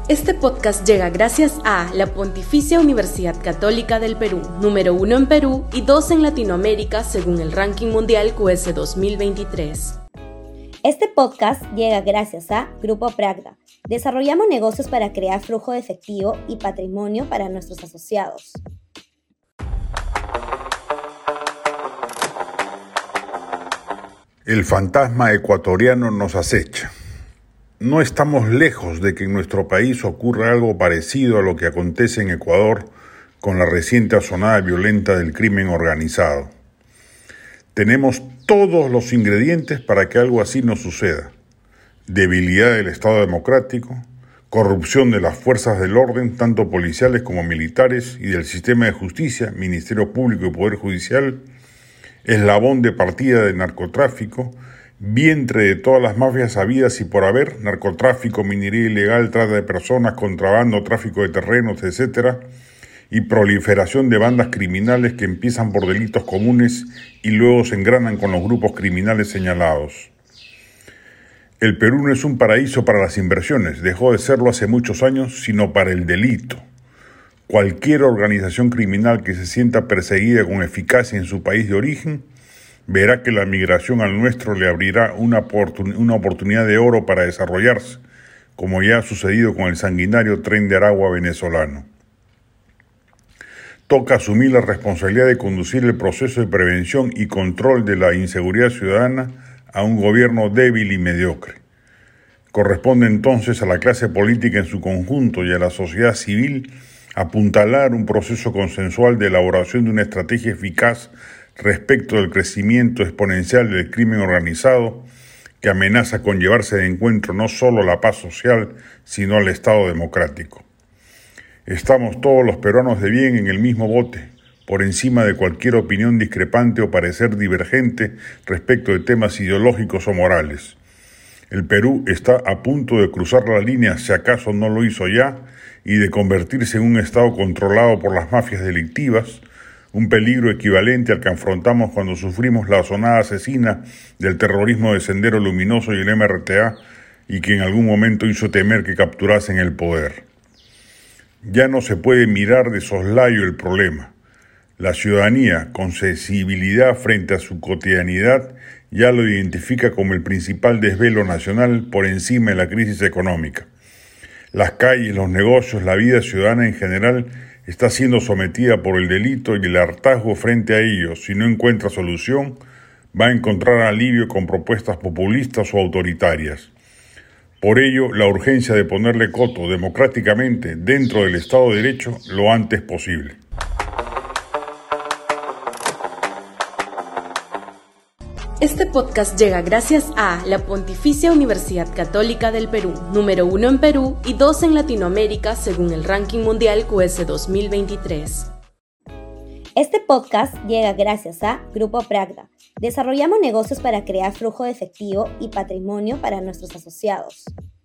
Este podcast llega gracias a la Pontificia Universidad Católica del Perú, número 1 en Perú y 2 en Latinoamérica según el ranking mundial QS 2023. Este podcast llega gracias a Grupo Pragda. Desarrollamos negocios para crear flujo de efectivo y patrimonio para nuestros asociados. El fantasma ecuatoriano nos acecha. No estamos lejos de que en nuestro país ocurra algo parecido a lo que acontece en Ecuador con la reciente asonada violenta del crimen organizado. Tenemos todos los ingredientes para que algo así nos suceda. Debilidad del Estado democrático, corrupción de las fuerzas del orden, tanto policiales como militares, y del sistema de justicia, Ministerio Público y Poder Judicial, eslabón de partida de narcotráfico, vientre de todas las mafias habidas y por haber, narcotráfico, minería ilegal, trata de personas, contrabando, tráfico de terrenos, etc., y proliferación de bandas criminales que empiezan por delitos comunes y luego se engranan con los grupos criminales señalados. El Perú no es un paraíso para las inversiones, dejó de serlo hace muchos años, sino para el delito. Cualquier organización criminal que se sienta perseguida con eficacia en su país de origen verá que la migración al nuestro le abrirá una oportunidad de oro para desarrollarse, como ya ha sucedido con el sanguinario Tren de Aragua venezolano. Toca asumir la responsabilidad de conducir el proceso de prevención y control de la inseguridad ciudadana a un gobierno débil y mediocre. Corresponde entonces a la clase política en su conjunto y a la sociedad civil apuntalar un proceso consensual de elaboración de una estrategia eficaz respecto del crecimiento exponencial del crimen organizado que amenaza con llevarse de encuentro no solo la paz social, sino al Estado democrático. Estamos todos los peruanos de bien en el mismo bote, por encima de cualquier opinión discrepante o parecer divergente respecto de temas ideológicos o morales. El Perú está a punto de cruzar la línea, si acaso no lo hizo ya, y de convertirse en un Estado controlado por las mafias delictivas, un peligro equivalente al que afrontamos cuando sufrimos la asonada asesina del terrorismo de Sendero Luminoso y el MRTA, y que en algún momento hizo temer que capturasen el poder. Ya no se puede mirar de soslayo el problema. La ciudadanía, con sensibilidad frente a su cotidianidad, ya lo identifica como el principal desvelo nacional por encima de la crisis económica. Las calles, los negocios, la vida ciudadana en general está siendo sometida por el delito y el hartazgo frente a ellos. Si no encuentra solución, va a encontrar alivio con propuestas populistas o autoritarias. Por ello, la urgencia de ponerle coto democráticamente dentro del Estado de Derecho lo antes posible. Este podcast llega gracias a la Pontificia Universidad Católica del Perú, número 1 en Perú y 2 en Latinoamérica según el ranking mundial QS 2023. Este podcast llega gracias a Grupo Pragda. Desarrollamos negocios para crear flujo de efectivo y patrimonio para nuestros asociados.